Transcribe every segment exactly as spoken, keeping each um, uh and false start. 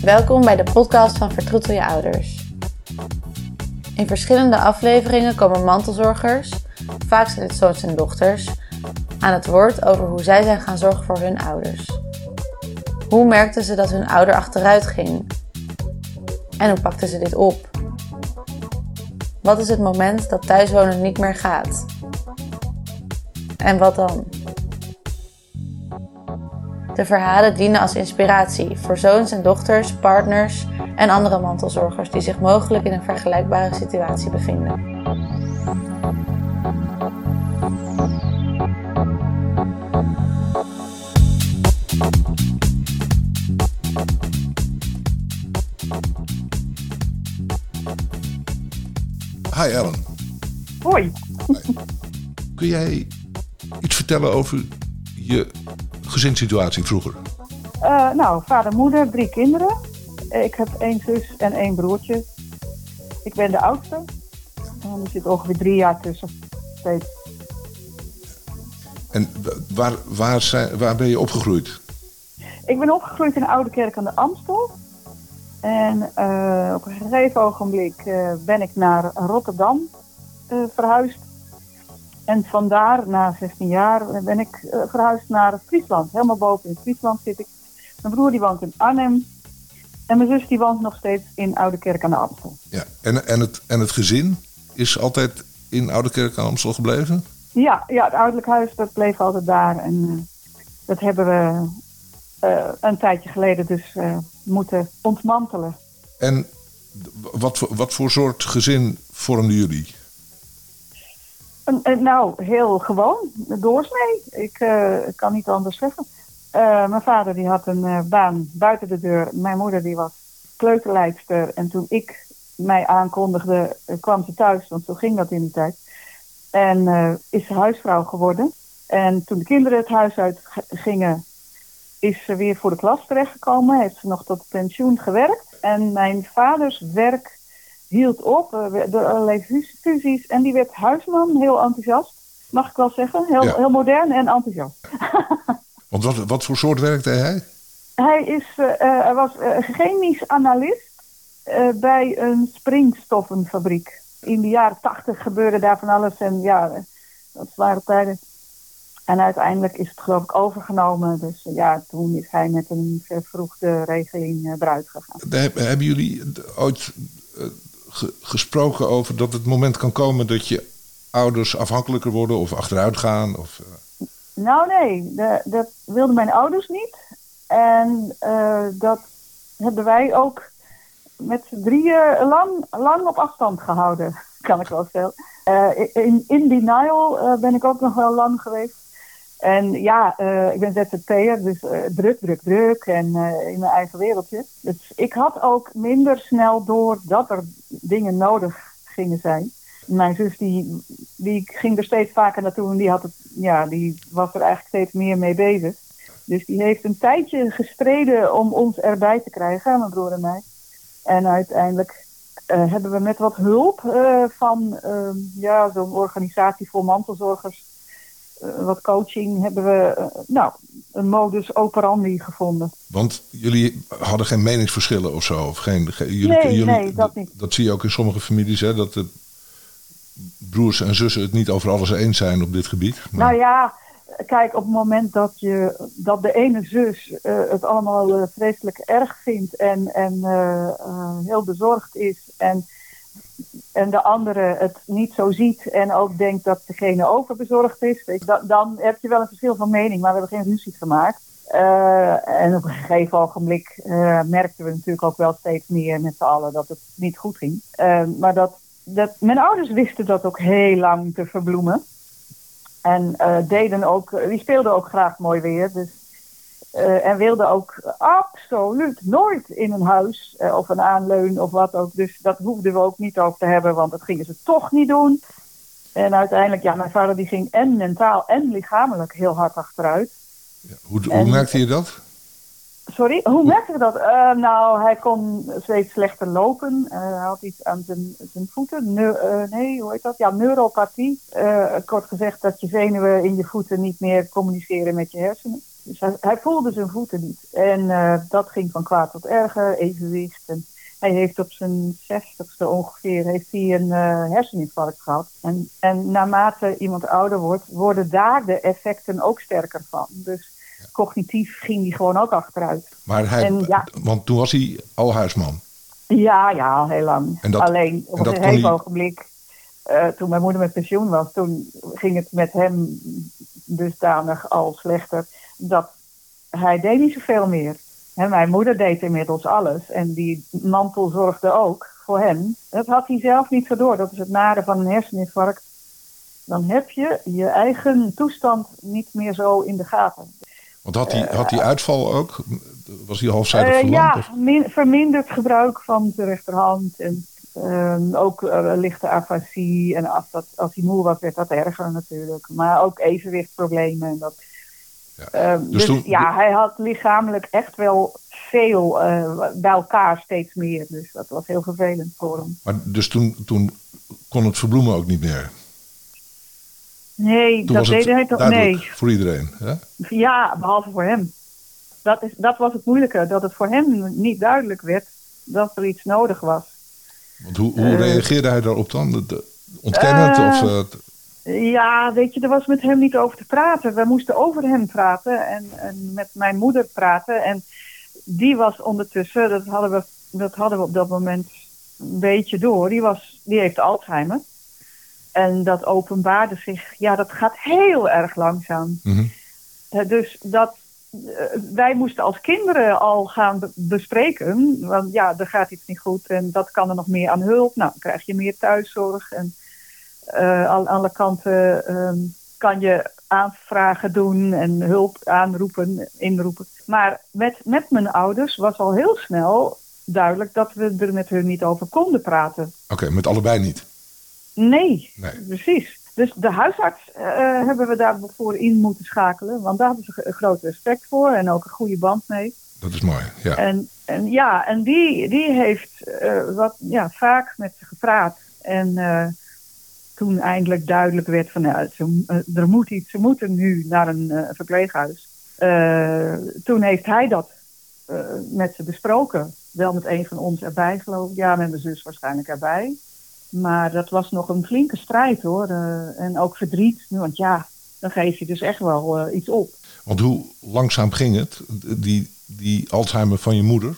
Welkom bij de podcast van Vertroetel je ouders. In verschillende afleveringen komen mantelzorgers, vaak zijn het zoons en dochters, aan het woord over hoe zij zijn gaan zorgen voor hun ouders. Hoe merkten ze dat hun ouder achteruit ging? En hoe pakten ze dit op? Wat is het moment dat thuiswonen niet meer gaat? En wat dan? De verhalen dienen als inspiratie voor zoons en dochters, partners en andere mantelzorgers die zich mogelijk in een vergelijkbare situatie bevinden. Hi Ellen. Hoi. Hi. Kun jij iets vertellen over je gezinssituatie vroeger? Uh, nou, vader, moeder, drie kinderen. Ik heb één zus en één broertje. Ik ben de oudste. En er zit ongeveer drie jaar tussen. Steeds. En waar, waar, zijn, waar ben je opgegroeid? Ik ben opgegroeid in Oudekerk aan de Amstel. En uh, op een gegeven ogenblik uh, ben ik naar Rotterdam uh, verhuisd. En vandaar, na zestien jaar, ben ik uh, verhuisd naar Friesland. Helemaal boven in Friesland zit ik. Mijn broer die woont in Arnhem. En mijn zus die woont nog steeds in Oudekerk aan de Amstel. Ja, en, en, het, en het gezin is altijd in Oudekerk aan de Amstel gebleven? Ja, ja, het ouderlijk huis dat bleef altijd daar. En uh, dat hebben we uh, een tijdje geleden dus uh, moeten ontmantelen. En wat, wat voor soort gezin vormden jullie? Nou, heel gewoon. Doorsnee. Ik uh, kan niet anders zeggen. Uh, mijn vader die had een uh, baan buiten de deur. Mijn moeder die was kleuterleidster. En toen ik mij aankondigde, uh, kwam ze thuis. Want zo ging dat in die tijd. En uh, is ze huisvrouw geworden. En toen de kinderen het huis uit gingen, is ze weer voor de klas terechtgekomen. Heeft ze nog tot pensioen gewerkt. En mijn vaders werk hield op door allerlei fusies en die werd huisman, heel enthousiast, mag ik wel zeggen. Heel, ja. heel modern en enthousiast. Want wat, wat voor soort werkte hij? Hij is, uh, uh, was uh, chemisch analist uh, bij een springstoffenfabriek. In de jaren tachtig gebeurde daar van alles en ja, dat waren tijden. En uiteindelijk is het geloof ik overgenomen. Dus uh, ja, toen is hij met een vervroegde regeling uh, eruit gegaan. Hebben jullie ooit Uh, gesproken over dat het moment kan komen dat je ouders afhankelijker worden of achteruit gaan? Of, uh... Nou nee, de, dat wilden mijn ouders niet. En uh, dat hebben wij ook met z'n drieën lang, lang op afstand gehouden, kan ik wel zeggen. Uh, in, in denial uh, ben ik ook nog wel lang geweest. En ja, uh, ik ben Z Z P'er, dus uh, druk, druk, druk en uh, in mijn eigen wereldje. Dus ik had ook minder snel door dat er dingen nodig gingen zijn. Mijn zus die, die ging er steeds vaker naartoe en die, had het, ja, die was er eigenlijk steeds meer mee bezig. Dus die heeft een tijdje gestreden om ons erbij te krijgen, mijn broer en mij. En uiteindelijk uh, hebben we met wat hulp uh, van uh, ja, zo'n organisatie voor mantelzorgers, Uh, wat coaching, hebben we uh, nou, een modus operandi gevonden. Want jullie hadden geen meningsverschillen of zo? Of geen, ge, jullie, nee, jullie, nee, dat niet. Dat zie je ook in sommige families, hè? Dat de broers en zussen het niet over alles eens zijn op dit gebied. Maar... Nou ja, kijk, op het moment dat, je, dat de ene zus uh, het allemaal uh, vreselijk erg vindt en, en uh, uh, heel bezorgd is en en de andere het niet zo ziet en ook denkt dat degene overbezorgd is, weet je, dan, dan heb je wel een verschil van mening, maar we hebben geen ruzie gemaakt. Uh, en op een gegeven ogenblik uh, merkten we natuurlijk ook wel steeds meer met z'n allen dat het niet goed ging. Uh, maar dat, dat, mijn ouders wisten dat ook heel lang te verbloemen. En uh, deden ook, die speelden ook graag mooi weer. Dus, uh, en wilden ook absoluut nooit in een huis uh, of een aanleun of wat ook. Dus dat hoefden we ook niet over te hebben, want dat gingen ze toch niet doen. En uiteindelijk, ja, mijn vader die ging en mentaal en lichamelijk heel hard achteruit. Ja, hoe, hoe en, merkte je dat? Sorry, hoe merkte je dat? Uh, nou, hij kon steeds slechter lopen. Uh, hij had iets aan zijn, zijn voeten. Ne- uh, nee, hoe heet dat? Ja, neuropathie. Uh, kort gezegd dat je zenuwen in je voeten niet meer communiceren met je hersenen. Dus hij, hij voelde zijn voeten niet. En uh, dat ging van kwaad tot erger, evenwicht. En hij heeft op zijn zestigste ongeveer heeft hij een uh, herseninfarct gehad. En, en naarmate iemand ouder wordt, worden daar de effecten ook sterker van. Dus cognitief ging hij gewoon ook achteruit. Maar hij, en, ja, want toen was hij al huisman? Ja, ja, al heel lang. En dat, Alleen op een gegeven ogenblik, uh, toen mijn moeder met pensioen was, toen ging het met hem dusdanig al slechter, dat hij deed niet zoveel meer. He, mijn moeder deed inmiddels alles en die mantel zorgde ook voor hem. Dat had hij zelf niet zo door. Dat is het nare van een herseninfarct. Dan heb je je eigen toestand niet meer zo in de gaten. Want had hij, had hij uitval ook? Was hij halfzijdig verlamd? Uh, ja, min, verminderd gebruik van de rechterhand. En uh, ook uh, lichte afasie. En als, dat, als hij moe was, werd dat erger natuurlijk. Maar ook evenwichtproblemen. En dat. Ja. Uh, dus dus toen, ja, hij had lichamelijk echt wel veel uh, bij elkaar steeds meer. Dus dat was heel vervelend voor hem. Maar dus toen, toen kon het verbloemen ook niet meer? Nee, toen dat deed hij toch nee. Voor iedereen, hè? Ja, behalve voor hem. Dat, is, dat was het moeilijke, dat het voor hem niet duidelijk werd dat er iets nodig was. Want hoe, hoe uh, reageerde hij daarop dan? Ontkennend? Uh, of, uh, ja, weet je, er was met hem niet over te praten. We moesten over hem praten en, en met mijn moeder praten. En die was ondertussen, dat hadden we, dat hadden we op dat moment een beetje door, die, was, die heeft Alzheimer. En dat openbaarde zich, ja, dat gaat heel erg langzaam. Mm-hmm. Uh, dus dat, uh, wij moesten als kinderen al gaan be- bespreken. Want ja, er gaat iets niet goed en dat kan er nog meer aan hulp. Nou, dan krijg je meer thuiszorg. En uh, aan alle kanten um, kan je aanvragen doen en hulp aanroepen, inroepen. Maar met, met mijn ouders was al heel snel duidelijk dat we er met hun niet over konden praten. Oké, okay, met allebei niet? Nee, nee, precies. Dus de huisarts uh, hebben we daarvoor in moeten schakelen. Want daar hebben ze een groot respect voor en ook een goede band mee. Dat is mooi, ja. En, en ja, en die, die heeft uh, wat, ja, vaak met ze gepraat. En uh, toen eindelijk duidelijk werd van, ja, ze, uh, er moet iets, ze moeten nu naar een uh, verpleeghuis. Uh, toen heeft hij dat uh, met ze besproken. Wel met een van ons erbij, geloof ik. Ja, met mijn zus waarschijnlijk erbij. Maar dat was nog een flinke strijd, hoor. Uh, en ook verdriet. Want ja, dan geef je dus echt wel uh, iets op. Want hoe langzaam ging het, die, die Alzheimer van je moeder?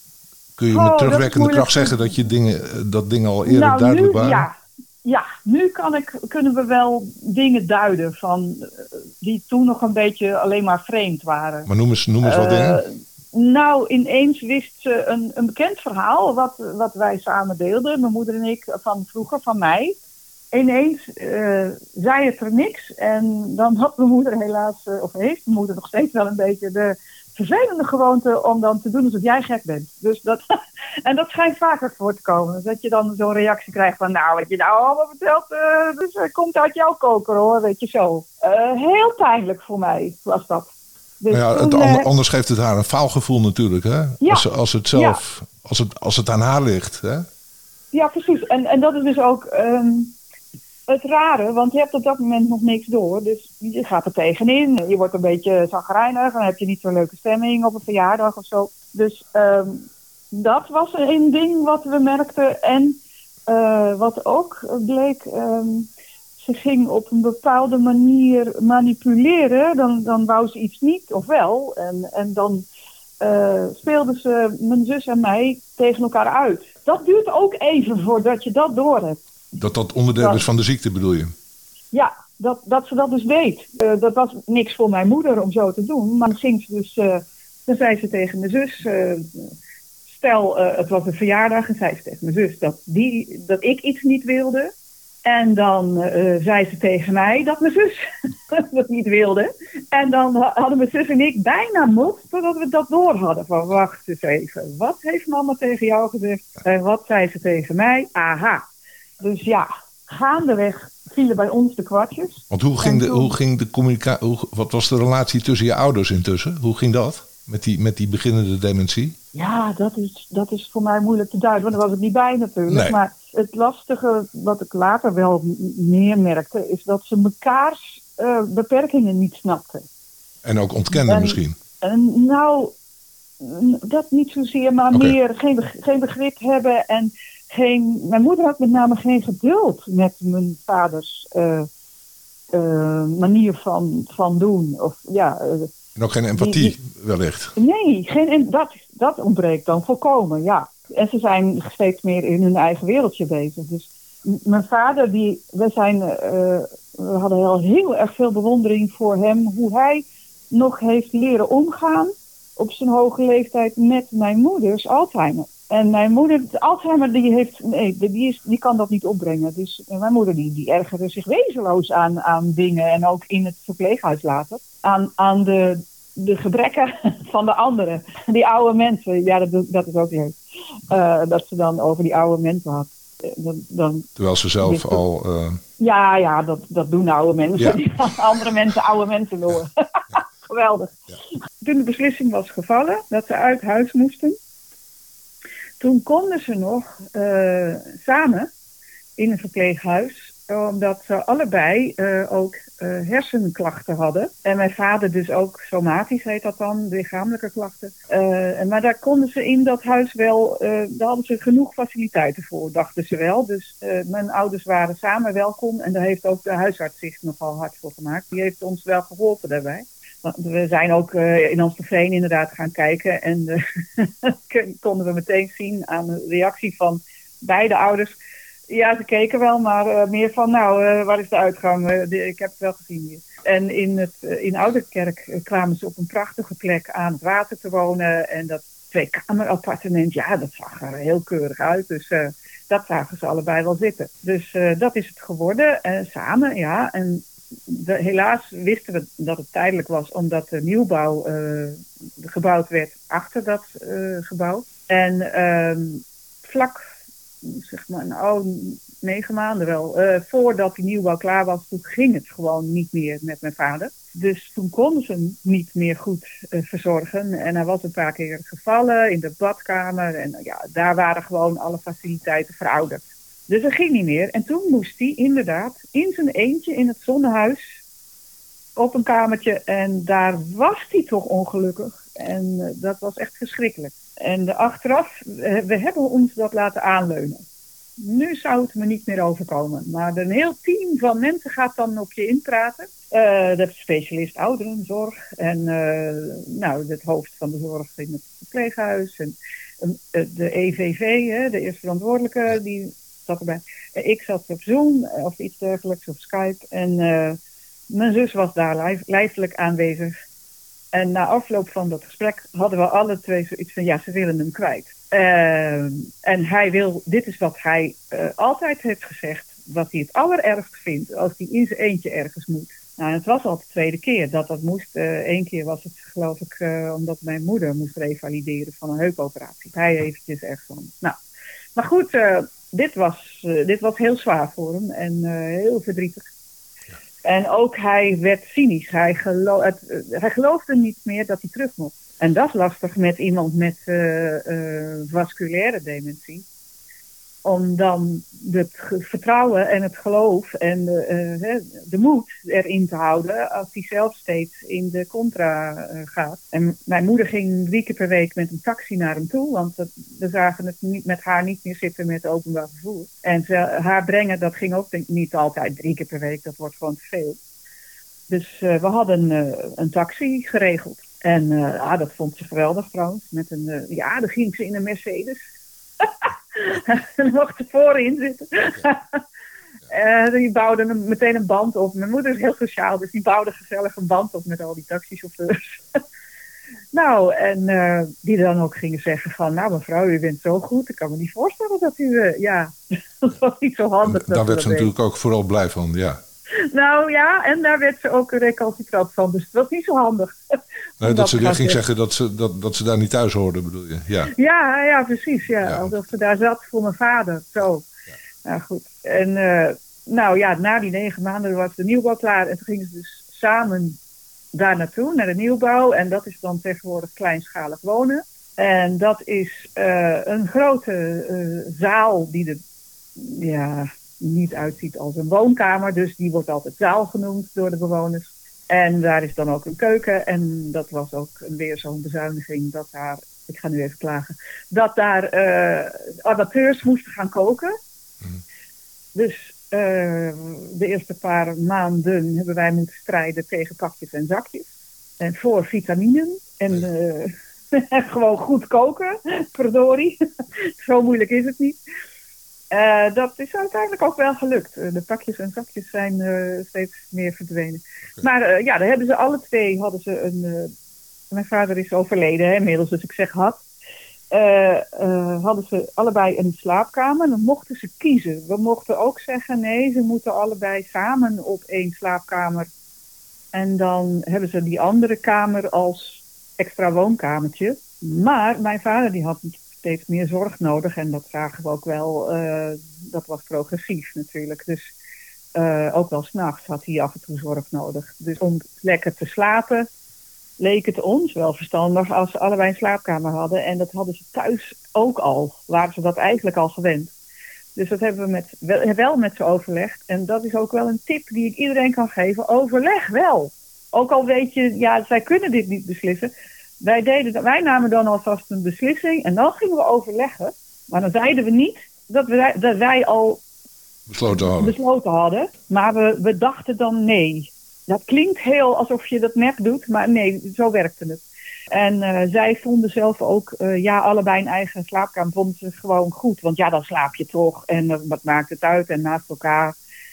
Kun je oh, met terugwerkende kracht zeggen dat, je dingen, dat dingen al eerder nou, duidelijk nu, waren? Ja, ja, nu kan ik, kunnen we wel dingen duiden van, uh, die toen nog een beetje alleen maar vreemd waren. Maar noem eens, noem eens uh, wat dingen. Nou, ineens wist ze een, een bekend verhaal, wat, wat wij samen deelden, mijn moeder en ik, van vroeger, van mij. Ineens uh, zei het er niks en dan had mijn moeder helaas, uh, of heeft mijn moeder nog steeds wel een beetje de vervelende gewoonte om dan te doen alsof jij gek bent. Dus dat, en dat schijnt vaker voor te komen, dat je dan zo'n reactie krijgt van, nou, wat je nou allemaal vertelt, uh, dus, uh, komt uit jouw koker hoor, weet je zo. Uh, heel pijnlijk voor mij was dat. Dus ja, het, toen, uh, anders geeft het haar een faalgevoel natuurlijk, hè? Ja, als, als het zelf, ja. als, het, als het aan haar ligt, hè? Ja, precies. En, en dat is dus ook um, het rare, want je hebt op dat moment nog niks door. Dus je gaat er tegenin. Je wordt een beetje chagrijnig. Dan heb je niet zo'n leuke stemming op een verjaardag of zo. Dus um, dat was een ding wat we merkten. En uh, wat ook bleek, um, ze ging op een bepaalde manier manipuleren. Dan, dan wou ze iets niet, of wel. En, en dan uh, speelden ze, mijn zus en mij, tegen elkaar uit. Dat duurt ook even voordat je dat door hebt. Dat dat onderdeel dat, is van de ziekte, bedoel je? Ja, dat, dat ze dat dus deed. Uh, dat was niks voor mijn moeder om zo te doen. Maar dan ging ze dus, uh, dan zei ze tegen mijn zus, uh, stel uh, het was een verjaardag, en zei ze tegen mijn zus dat, die, dat ik iets niet wilde. En dan uh, zei ze tegen mij dat mijn zus dat niet wilde. En dan hadden mijn zus en ik bijna mot totdat we dat door hadden. Van wacht eens even, wat heeft mama tegen jou gezegd? En wat zei ze tegen mij? Aha. Dus ja, gaandeweg vielen bij ons de kwartjes. Want hoe ging de, toen... hoe ging de communicatie, wat was de relatie tussen je ouders intussen? Hoe ging dat met die, met die beginnende dementie? Ja, dat is, dat is voor mij moeilijk te duiden, want daar was ik niet bij natuurlijk. Nee. Maar het lastige, wat ik later wel meer merkte, is dat ze mekaars uh, beperkingen niet snapten. En ook ontkenden En- misschien. En nou, n- dat niet zozeer, maar Oké. meer geen, beg- geen begrip hebben. En geen, mijn moeder had met name geen geduld met mijn vaders eh, eh, manier van, van doen. Of, ja, eh, En ook geen empathie, wellicht. nee, geen, en dat, dat ontbreekt dan volkomen, ja. En ze zijn steeds meer in hun eigen wereldje bezig. Dus m- mijn vader, die, we, zijn, eh, we hadden heel, heel erg veel bewondering voor hem. Hoe hij nog heeft leren omgaan op zijn hoge leeftijd met mijn moeders Alzheimer. En mijn moeder, de Alzheimer, die, heeft, nee, die, is, die kan dat niet opbrengen. Dus mijn moeder die, die ergerde zich wezenloos aan, aan dingen. En ook in het verpleeghuis later. Aan, aan de, de gebrekken van de anderen. Die oude mensen, ja, dat, dat is ook leuk. Uh, dat ze dan over die oude mensen had. Uh, dan, dan, Terwijl ze zelf dit- al... Uh... Ja, ja, dat, dat doen oude mensen. Ja. Die andere mensen oude mensen noemen. Geweldig. Ja. Toen de beslissing was gevallen dat ze uit huis moesten, toen konden ze nog uh, samen in een verpleeghuis, omdat ze allebei uh, ook uh, hersenklachten hadden. En mijn vader dus ook somatisch, heet dat dan, lichamelijke klachten. Uh, maar daar konden ze in dat huis wel, uh, daar hadden ze genoeg faciliteiten voor, dachten ze wel. Dus uh, mijn ouders waren samen welkom en daar heeft ook de huisarts zich nogal hard voor gemaakt. Die heeft ons wel geholpen daarbij. We zijn ook uh, in Amstelveen inderdaad gaan kijken en uh, konden we meteen zien aan de reactie van beide ouders. Ja, ze keken wel, maar uh, meer van, nou, uh, waar is de uitgang? Uh, de, ik heb het wel gezien hier. En in, het, uh, in Ouderkerk uh, kwamen ze op een prachtige plek aan het water te wonen. En dat twee-kamer-appartement, ja, dat zag er heel keurig uit. Dus uh, dat zagen ze allebei wel zitten. Dus uh, dat is het geworden, uh, samen, ja. En de, helaas wisten we dat het tijdelijk was, omdat de nieuwbouw uh, gebouwd werd achter dat uh, gebouw. En uh, vlak... zeg maar, nou, negen maanden wel. Uh, voordat die nieuwbouw klaar was, toen ging het gewoon niet meer met mijn vader. Dus toen konden ze hem niet meer goed uh, verzorgen. En hij was een paar keer gevallen in de badkamer. En uh, ja, daar waren gewoon alle faciliteiten verouderd. Dus dat ging niet meer. En toen moest hij inderdaad in zijn eentje in het zonnehuis op een kamertje. En daar was hij toch ongelukkig. En uh, dat was echt verschrikkelijk. En de achteraf, we hebben ons dat laten aanleunen. Nu zou het me niet meer overkomen. Maar een heel team van mensen gaat dan op je inpraten. Uh, de specialist ouderenzorg en uh, nou, het hoofd van de zorg in het verpleeghuis. En uh, de E V V, hè, de eerste verantwoordelijke, die zat erbij. Uh, ik zat op Zoom of iets dergelijks, op Skype. En uh, mijn zus was daar lijf, lijfelijk aanwezig. En na afloop van dat gesprek hadden we alle twee zoiets van, ja, ze willen hem kwijt. Uh, en hij wil, dit is wat hij uh, altijd heeft gezegd, wat hij het allerergst vindt als hij in zijn eentje ergens moet. Nou, het was al de tweede keer dat dat moest. Uh, Eén keer was het, geloof ik, uh, omdat mijn moeder moest revalideren van een heupoperatie. Hij eventjes ergens van. Nou, maar goed, uh, dit, was, uh, dit was heel zwaar voor hem en uh, heel verdrietig. En ook hij werd cynisch. Hij, gelo- het, uh, hij geloofde niet meer dat hij terug mocht. En dat is lastig met iemand met uh, uh, vasculaire dementie. Om dan het vertrouwen en het geloof en de, uh, de moed erin te houden als hij zelf steeds in de contra uh, gaat. En mijn moeder ging drie keer per week met een taxi naar hem toe, want dat, we zagen het niet, met haar niet meer zitten met openbaar vervoer. En ze, haar brengen, dat ging ook niet altijd drie keer per week, dat wordt gewoon te veel. Dus uh, we hadden uh, een taxi geregeld. En uh, ah, dat vond ze geweldig trouwens. Met een, uh, ja, dan ging ze in een Mercedes. Er mocht er voorin zitten. uh, die bouwden een, meteen een band op. Mijn moeder is heel sociaal, dus die bouwde gezellig een band op met al die taxichauffeurs. Nou, en uh, die dan ook gingen zeggen van, nou mevrouw, u bent zo goed. Ik kan me niet voorstellen dat u, uh, ja, dat was niet zo handig. En daar werd ze natuurlijk ook vooral blij van, ja. Nou ja, en daar werd ze ook recalcitrant van, dus het was niet zo handig. Nee, dat ze ging zeggen dat ze, dat, dat ze daar niet thuis hoorde, bedoel je? Ja, ja, ja precies. Ja. Ja. Alsof ze daar zat voor mijn vader. Zo. Ja. Nou goed. En uh, nou ja, na die negen maanden was de nieuwbouw klaar. En toen gingen ze dus samen daar naartoe, naar de nieuwbouw. En dat is dan tegenwoordig kleinschalig wonen. En dat is uh, een grote uh, zaal die er ja, niet uitziet als een woonkamer. Dus die wordt altijd zaal genoemd door de bewoners. En daar is dan ook een keuken. En dat was ook weer zo'n bezuiniging dat daar, ik ga nu even klagen, dat daar uh, amateurs moesten gaan koken. Mm. Dus uh, de eerste paar maanden hebben wij moeten strijden tegen pakjes en zakjes. En voor vitaminen. En uh, gewoon goed koken, verdorie. Zo moeilijk is het niet. Uh, dat is uiteindelijk ook wel gelukt. Uh, de pakjes en zakjes zijn uh, steeds meer verdwenen. Okay. Maar uh, ja, daar hebben ze alle twee, hadden ze een... Uh, mijn vader is overleden, hè, inmiddels, dus ik zeg had. Uh, uh, hadden ze allebei een slaapkamer. Dan mochten ze kiezen. We mochten ook zeggen, nee, ze moeten allebei samen op één slaapkamer. En dan hebben ze die andere kamer als extra woonkamertje. Maar mijn vader die had steeds meer zorg nodig. En dat zagen we ook wel. Uh, dat was progressief natuurlijk. Dus uh, ook wel 's nachts had hij af en toe zorg nodig. Dus om lekker te slapen leek het ons wel verstandig als ze allebei een slaapkamer hadden. En dat hadden ze thuis ook al. Waren ze dat eigenlijk al gewend. Dus dat hebben we met, wel, wel met ze overlegd. En dat is ook wel een tip die ik iedereen kan geven. Overleg wel. Ook al weet je, ja, zij kunnen dit niet beslissen. Wij, deden, wij namen dan alvast een beslissing en dan gingen we overleggen. Maar dan zeiden we niet dat wij, dat wij al besloten hadden. besloten hadden. Maar we, we dachten dan nee. Dat klinkt heel alsof je dat net doet, maar nee, zo werkte het. En uh, zij vonden zelf ook, uh, ja, allebei een eigen slaapkamer vonden ze gewoon goed. Want ja, dan slaap je toch en uh, wat maakt het uit en naast elkaar.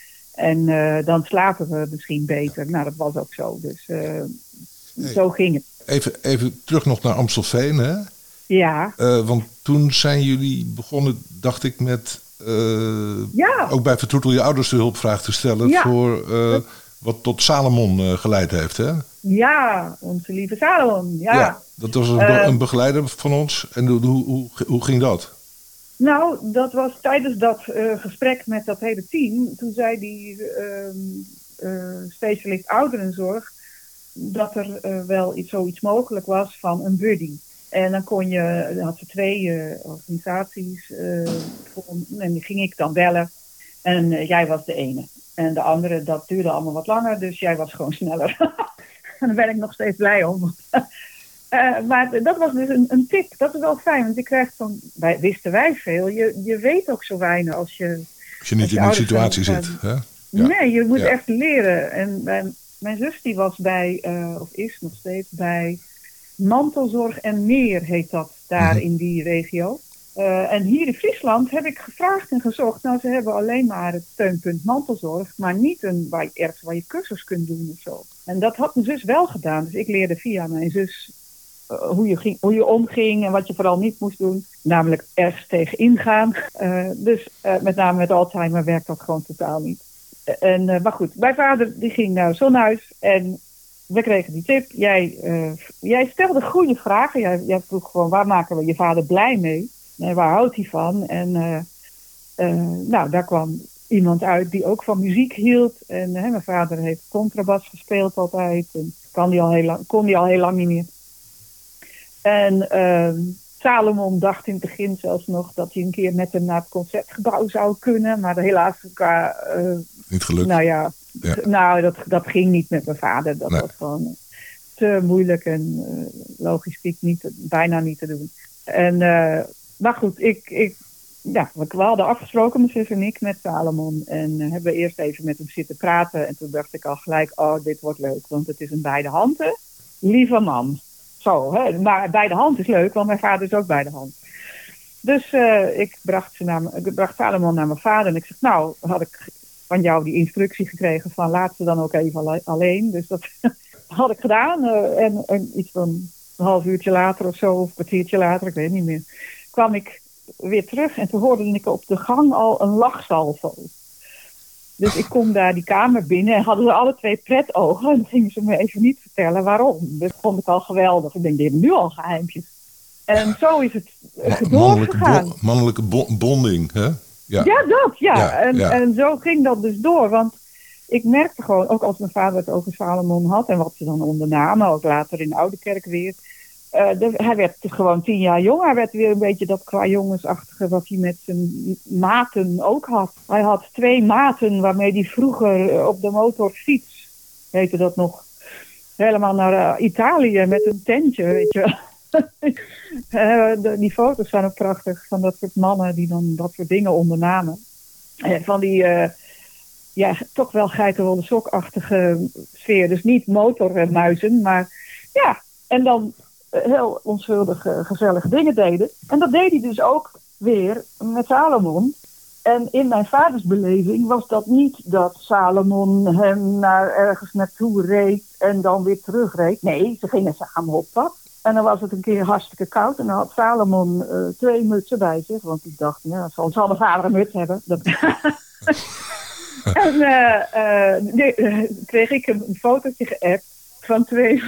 En uh, dan slapen we misschien beter. Nou, dat was ook zo. Dus uh, hey, zo ging het. Even, even terug nog naar Amstelveen, hè? Ja. Uh, want toen zijn jullie begonnen, dacht ik, met uh, ja. ook bij Vertroetel je ouders de hulpvraag te stellen ja. voor uh, wat tot Salomon uh, geleid heeft, hè? Ja, onze lieve Salomon, ja. ja dat was een, be- uh, een begeleider van ons. En hoe, hoe, hoe, hoe ging dat? Nou, dat was tijdens dat uh, gesprek met dat hele team. Toen zei die uh, uh, specialist ouderenzorg dat er uh, wel iets, zoiets mogelijk was van een buddy. En dan kon je, dan had ze twee uh, organisaties. Uh, voor, en die ging ik dan bellen. En uh, jij was de ene. En de andere, dat duurde allemaal wat langer. Dus jij was gewoon sneller. En daar ben ik nog steeds blij om. Uh, maar dat was dus een, een tip. Dat is wel fijn. Want je krijgt van, wij, wisten wij veel. Je, je weet ook zo weinig als je... Als je niet als je in die situatie zit. Hè? Ja. Nee, je moet ja. echt leren. En mijn, mijn zus die was bij, uh, of is nog steeds bij... Mantelzorg en Meer heet dat daar mm-hmm. in die regio. Uh, en hier in Friesland heb ik gevraagd en gezocht. Nou, ze hebben alleen maar het steunpunt mantelzorg. Maar niet een waar je, ergens waar je cursus kunt doen of zo. En dat had mijn zus wel gedaan. Dus ik leerde via mijn zus uh, hoe, je ging, hoe je omging en wat je vooral niet moest doen. Namelijk ergens tegen ingaan. Uh, dus uh, met name met Alzheimer werkt dat gewoon totaal niet. Uh, en, uh, maar goed, mijn vader die ging naar Zonhuis en... We kregen die tip. Jij, uh, jij stelde goede vragen. Jij, jij vroeg gewoon, waar maken we je vader blij mee? En waar houdt hij van? En uh, uh, nou, daar kwam iemand uit die ook van muziek hield. En uh, mijn vader heeft contrabas gespeeld altijd. En kan die al heel lang, kon hij al heel lang niet meer. En uh, Salomon dacht in het begin zelfs nog dat hij een keer met hem naar het concertgebouw zou kunnen. Maar helaas elkaar... Uh, niet gelukt. Nou ja... Ja. Nou, dat, dat ging niet met mijn vader. Dat nee. was gewoon te moeilijk en uh, logistiek niet, bijna niet te doen. En, uh, maar goed, ik, ik, ja, we hadden afgesproken, mijn zus en ik, met Salomon. En uh, hebben we eerst even met hem zitten praten. En toen dacht ik al gelijk, oh, dit wordt leuk. Want het is een beide handen. Lieve man. Zo, hè? Maar beide hand is leuk, want mijn vader is ook beide hand. Dus uh, ik, bracht ze naar, ik bracht Salomon naar mijn vader. En ik zeg, nou, had ik... van jou die instructie gekregen van laat ze dan ook even alleen. Dus dat had ik gedaan. Uh, en, en iets van een half uurtje later of zo, of een kwartiertje later, ik weet niet meer, kwam ik weer terug en toen hoorde ik op de gang al een lachsalvo. Dus ik kom daar die kamer binnen en hadden ze alle twee pretogen. En dan gingen ze me even niet vertellen waarom. Dus dat vond ik al geweldig. Ik denk, die hebben nu al geheimpjes. En zo is het uh, doorgegaan. Bo- mannelijke bo- bonding, hè? Ja. ja, dat, ja. ja, en, ja. en zo ging dat dus door. Want ik merkte gewoon, ook als mijn vader het over Salomon had... en wat ze dan ondernamen, ook later in Oudekerk weer... Uh, de, hij werd gewoon tien jaar jonger. Hij werd weer een beetje dat qua jongensachtige wat hij met zijn maten ook had. Hij had twee maten waarmee hij vroeger op de motorfiets, heette dat nog... helemaal naar uh, Italië met een tentje, weet je wel. uh, de, die foto's zijn ook prachtig van dat soort mannen die dan dat soort dingen ondernamen. Uh, van die, uh, ja, toch wel geitenwolle sokachtige sfeer. Dus niet motormuizen, maar ja. En dan uh, heel onschuldige, gezellige dingen deden. En dat deed hij dus ook weer met Salomon. En in mijn vaders beleving was dat niet dat Salomon hem naar ergens naartoe reed en dan weer terugreed. Nee, ze gingen samen op pad. En dan was het een keer hartstikke koud en dan had Salomon uh, twee mutsen bij zich. Want die dacht, ja, zal, zal mijn vader een muts hebben. Dat... en uh, uh, nee, uh, kreeg ik een, een fotootje geappt van twee,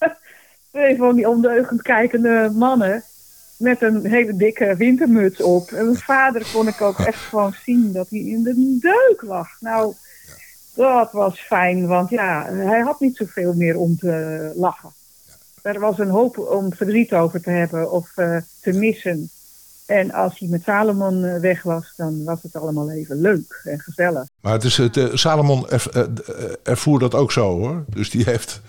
twee van die ondeugend kijkende mannen. Met een hele dikke wintermuts op. En mijn vader kon ik ook echt gewoon zien dat hij in de deuk lag. Nou, dat was fijn, want ja, hij had niet zoveel meer om te lachen. Er was een hoop om verdriet over te hebben of uh, te missen. En als hij met Salomon weg was, dan was het allemaal even leuk en gezellig. Maar het is het, uh, Salomon erv, uh, ervoer dat ook zo, hoor. Dus die heeft...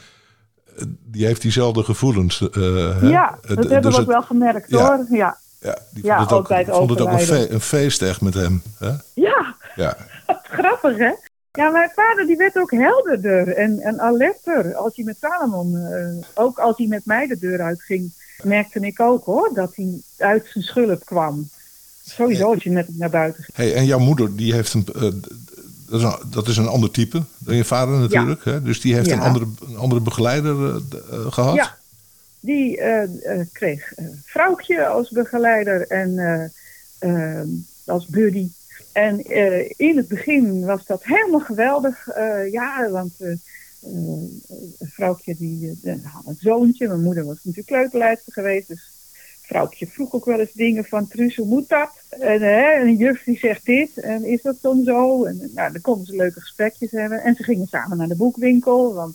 Die heeft diezelfde gevoelens. Uh, ja, dat dus hebben we ook wel gemerkt, ja, hoor. Ja, ja die vond ja, het ook, vond het ook een, fe- een feest echt met hem. Hè? Ja, ja. Grappig, hè? Ja, mijn vader die werd ook helderder en, en alerter. Als hij met Salomon, uh, ook als hij met mij de deur uitging, merkte ik ook, hoor, dat hij uit zijn schulp kwam. Sowieso als je met hem naar buiten ging. Hey, en jouw moeder, die heeft een... Uh, Dat is, een, dat is een ander type dan je vader natuurlijk. Ja. Hè? Dus die heeft ja. een, andere, een andere begeleider uh, uh, gehad? Ja, die uh, uh, kreeg uh, vrouwtje als begeleider en uh, uh, als buddy. En uh, in het begin was dat helemaal geweldig. Uh, ja, want uh, uh, een vrouwtje die uh, had een zoontje. Mijn moeder was natuurlijk kleuterleidster geweest, dus... Vrouwtje vroeg ook wel eens dingen van, Truus, hoe moet dat? En, hè, en een juf die zegt dit, en is dat dan zo? En nou, dan konden ze leuke gesprekjes hebben. En ze gingen samen naar de boekwinkel, want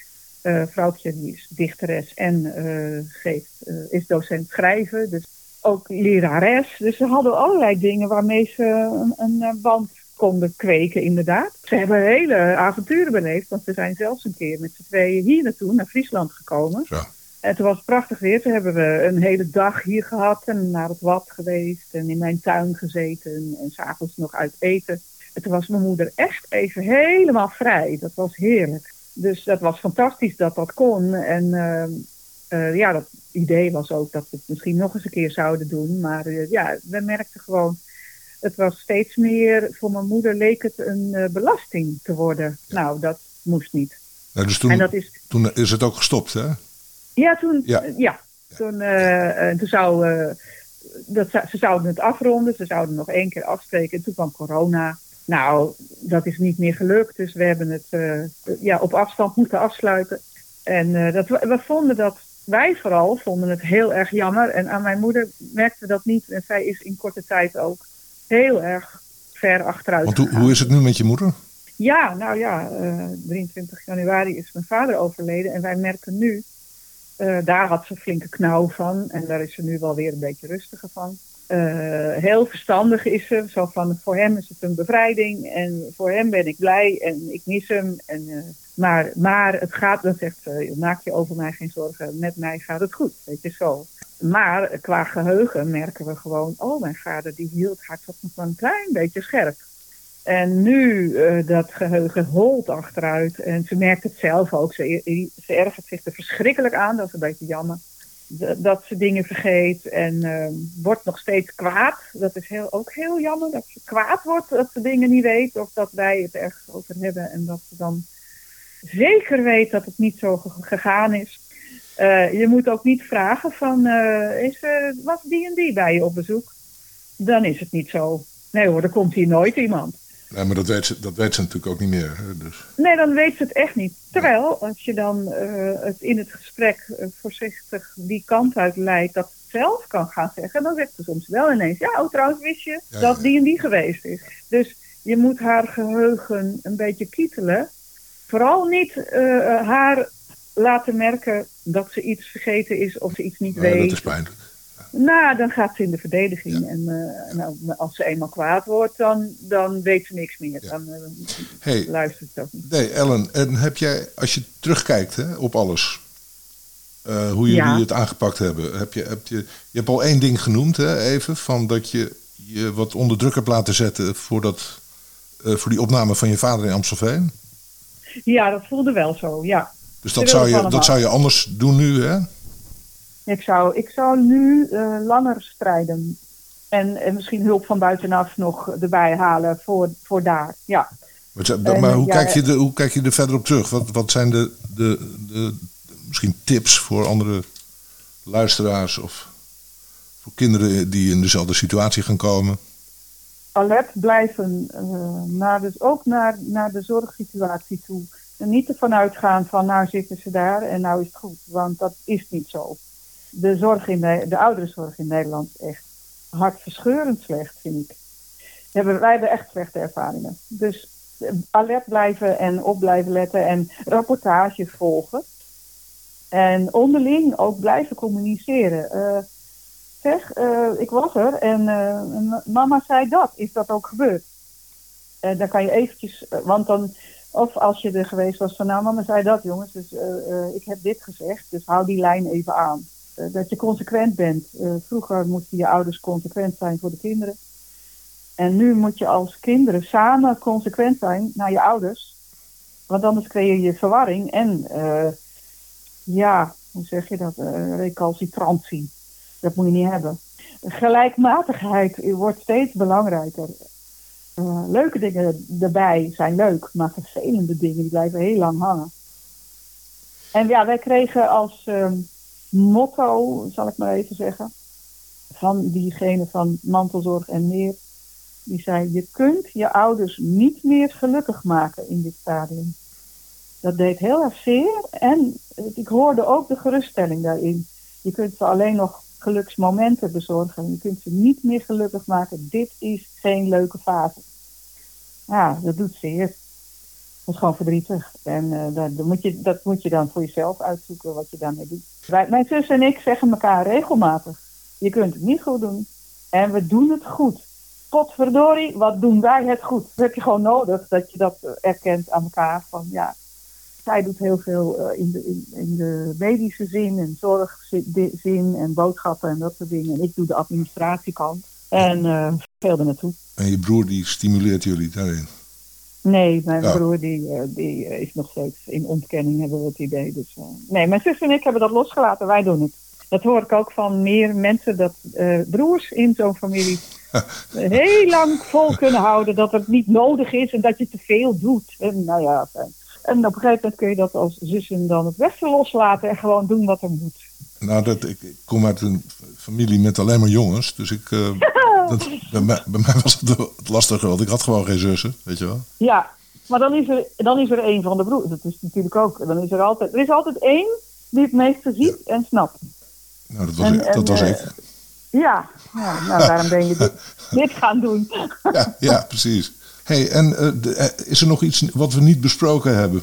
uh, vrouwtje die is dichteres en uh, geeft, uh, is docent schrijven. Dus ook lerares. Dus ze hadden allerlei dingen waarmee ze een, een band konden kweken, inderdaad. Ze hebben hele avonturen beleefd, want ze zijn zelfs een keer met z'n tweeën hier naartoe, naar Friesland gekomen. Ja. En toen was het prachtig weer. Toen hebben we een hele dag hier gehad en naar het Wad geweest en in mijn tuin gezeten en 's avonds nog uit eten. En toen was mijn moeder echt even helemaal vrij. Dat was heerlijk. Dus dat was fantastisch dat dat kon. En uh, uh, ja, dat idee was ook dat we het misschien nog eens een keer zouden doen. Maar uh, ja, we merkten gewoon, het was steeds meer, voor mijn moeder leek het een uh, belasting te worden. Nou, dat moest niet. Nou, dus toen, en dat is, toen is het ook gestopt, hè? Ja, toen, ja. ja, toen, uh, toen zou, uh, dat, ze zouden het afronden, ze zouden nog één keer afspreken. En toen kwam corona. Nou, dat is niet meer gelukt, dus we hebben het uh, ja, op afstand moeten afsluiten. En uh, dat, we vonden dat, wij vooral vonden het heel erg jammer. En aan mijn moeder merkte dat niet. En zij is in korte tijd ook heel erg ver achteruit Want hoe, gegaan. hoe is het nu met je moeder? Ja, nou ja, uh, drieëntwintig januari is mijn vader overleden. En wij merken nu... Uh, daar had ze een flinke knauw van. En daar is ze nu wel weer een beetje rustiger van. Uh, heel verstandig is ze. Zo van, voor hem is het een bevrijding. En voor hem ben ik blij. En ik mis hem. En, uh, maar, maar het gaat, dan zegt ze, maak je over mij geen zorgen. Met mij gaat het goed. Weet je, zo. Maar qua geheugen merken we gewoon... Oh, mijn vader die hield haar toch nog wel een klein beetje scherp. En nu, uh, dat geheugen holt achteruit. En ze merkt het zelf ook. Ze, ze ergert zich er verschrikkelijk aan. Dat is een beetje jammer. De, dat ze dingen vergeet. En uh, wordt nog steeds kwaad. Dat is heel, ook heel jammer. Dat ze kwaad wordt. Dat ze dingen niet weet. Of dat wij het ergens over hebben. En dat ze dan zeker weet dat het niet zo gegaan is. Uh, je moet ook niet vragen van... Uh, is, uh, was die en die bij je op bezoek? Dan is het niet zo. Nee hoor, er komt hier nooit iemand. Nee, maar dat weet ze, dat weet ze natuurlijk ook niet meer. Dus. Nee, dan weet ze het echt niet. Terwijl, als je dan uh, het in het gesprek uh, voorzichtig die kant uit leidt... dat ze het zelf kan gaan zeggen... dan zegt ze soms wel ineens... ja, oh, trouwens wist je ja, dat ja. die en die geweest is. Dus je moet haar geheugen een beetje kietelen. Vooral niet uh, haar laten merken dat ze iets vergeten is... of ze iets niet ja, weet. Dat is pijnlijk. Nou, dan gaat ze in de verdediging. Ja. En uh, nou, als ze eenmaal kwaad wordt, dan, dan weet ze niks meer. Ja. Dan uh, hey, luistert ze ook niet. Nee, Ellen, en heb jij, als je terugkijkt hè, op alles, uh, hoe jullie ja. het aangepakt hebben, heb je, heb je, je hebt al één ding genoemd, hè, even, van dat je je wat onder druk hebt laten zetten voor, dat, uh, voor die opname van je vader in Amstelveen. Ja, dat voelde wel zo, ja. Dus dat zou, je, dat zou je anders doen nu, hè? Ik zou, ik zou nu uh, langer strijden. En, en misschien hulp van buitenaf nog erbij halen voor, voor daar, ja. Maar, en, maar hoe, ja, kijk je de, hoe kijk je er verder op terug? Wat, wat zijn de, de, de misschien tips voor andere luisteraars of voor kinderen die in dezelfde situatie gaan komen? Alert blijven, uh, naar dus ook naar, naar de zorgsituatie toe. En niet ervan uitgaan van nou zitten ze daar en nou is het goed. Want dat is niet zo. De, zorg in de, de ouderenzorg in Nederland is echt hartverscheurend slecht, vind ik. Hebben, wij hebben echt slechte ervaringen. Dus alert blijven en op blijven letten en rapportages volgen. En onderling ook blijven communiceren. Uh, zeg, uh, ik was er en uh, mama zei dat. Is dat ook gebeurd? Uh, dan kan je eventjes, uh, want dan, of als je er geweest was van nou mama zei dat jongens, dus uh, uh, ik heb dit gezegd, dus hou die lijn even aan. Uh, dat je consequent bent. Uh, vroeger moesten je ouders consequent zijn voor de kinderen. En nu moet je als kinderen samen consequent zijn naar je ouders. Want anders creëer je verwarring en uh, ja, hoe zeg je dat, uh, recalcitrantie. Dat moet je niet hebben. Gelijkmatigheid wordt steeds belangrijker. Uh, leuke dingen erbij zijn leuk, maar vervelende dingen die blijven heel lang hangen. En ja, wij kregen als uh, motto, zal ik maar even zeggen, van diegene van Mantelzorg en meer, die zei, je kunt je ouders niet meer gelukkig maken in dit stadium. Dat deed heel erg zeer en ik hoorde ook de geruststelling daarin. Je kunt ze alleen nog geluksmomenten bezorgen. Je kunt ze niet meer gelukkig maken. Dit is geen leuke fase. Ja, dat doet zeer. Dat is gewoon verdrietig. En uh, dat, dat, moet je, dat moet je dan voor jezelf uitzoeken wat je daarmee doet. Wij, mijn zus en ik zeggen elkaar regelmatig. Je kunt het niet goed doen. En we doen het goed. Potverdorie, wat doen wij het goed? Dat heb je gewoon nodig, dat je dat erkent aan elkaar. Van ja, zij doet heel veel uh, in, de, in, in de medische zin en zorgzin en boodschappen en dat soort dingen. En ik doe de administratiekant en uh, veel er naartoe. En je broer die stimuleert jullie daarin? Nee, mijn ja. broer die, uh, die uh, is nog steeds in ontkenning, hebben we het idee. Dus, uh, nee, mijn zus en ik hebben dat losgelaten, wij doen het. Dat hoor ik ook van meer mensen, dat uh, broers in zo'n familie heel lang vol kunnen houden dat het niet nodig is en dat je te veel doet. En nou ja, en op een gegeven moment kun je dat als zussen dan het beste loslaten en gewoon doen wat er moet. Nou, dat, ik, ik kom uit een familie met alleen maar jongens, dus ik, uh, dat, bij, mij, bij mij was het, het lastiger, want ik had gewoon geen zussen, weet je wel. Ja, maar dan is er, dan is er één van de broers, dat is natuurlijk ook, dan is er altijd, er is altijd één die het meeste ziet ja. en snapt. Nou, dat was, en, ik, dat was uh, ik. Ja, ja, nou daarom ben je dit, dit gaan doen. Ja, ja precies. Hey, en uh, de, is er nog iets wat we niet besproken hebben?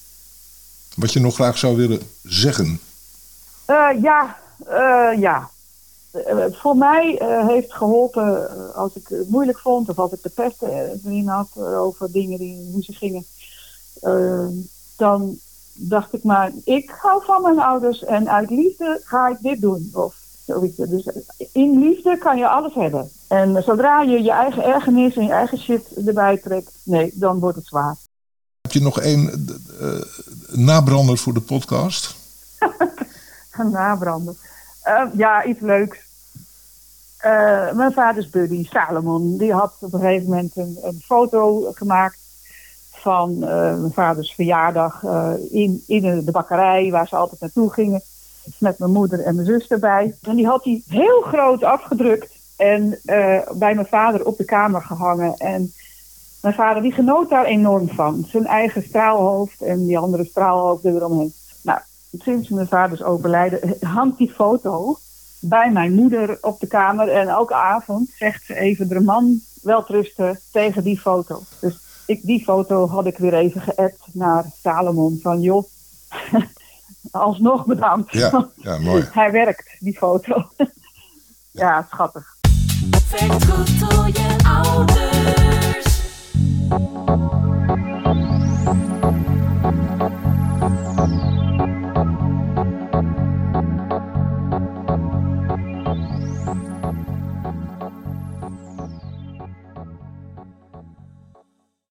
Wat je nog graag zou willen zeggen? Uh, ja, uh, ja. Uh, voor mij uh, heeft geholpen uh, als ik het moeilijk vond of als ik de pest erin had uh, over dingen die hoe ze gingen. Uh, dan dacht ik maar, ik hou van mijn ouders en uit liefde ga ik dit doen. Of zoiets. Dus in liefde kan je alles hebben. En zodra je je eigen ergernis en je eigen shit erbij trekt, nee, dan wordt het zwaar. Heb je nog één uh, nabrander voor de podcast? Een nabrander. Uh, ja, iets leuks. Uh, mijn vaders buddy, Salomon, die had op een gegeven moment een, een foto gemaakt van uh, mijn vaders verjaardag uh, in, in de bakkerij waar ze altijd naartoe gingen. Met mijn moeder en mijn zus erbij. En die had hij heel groot afgedrukt en uh, bij mijn vader op de kamer gehangen. En mijn vader die genoot daar enorm van. Zijn eigen straalhoofd en die andere straalhoofden eromheen. Nou, sinds mijn vaders overlijden hangt die foto bij mijn moeder op de kamer. En elke avond zegt ze even de man welterusten tegen die foto. Dus ik, die foto had ik weer even geappt naar Salomon van joh, alsnog bedankt. Ja, ja, mooi. Hij werkt, die foto. Ja, schattig. Vertroetel je ouders.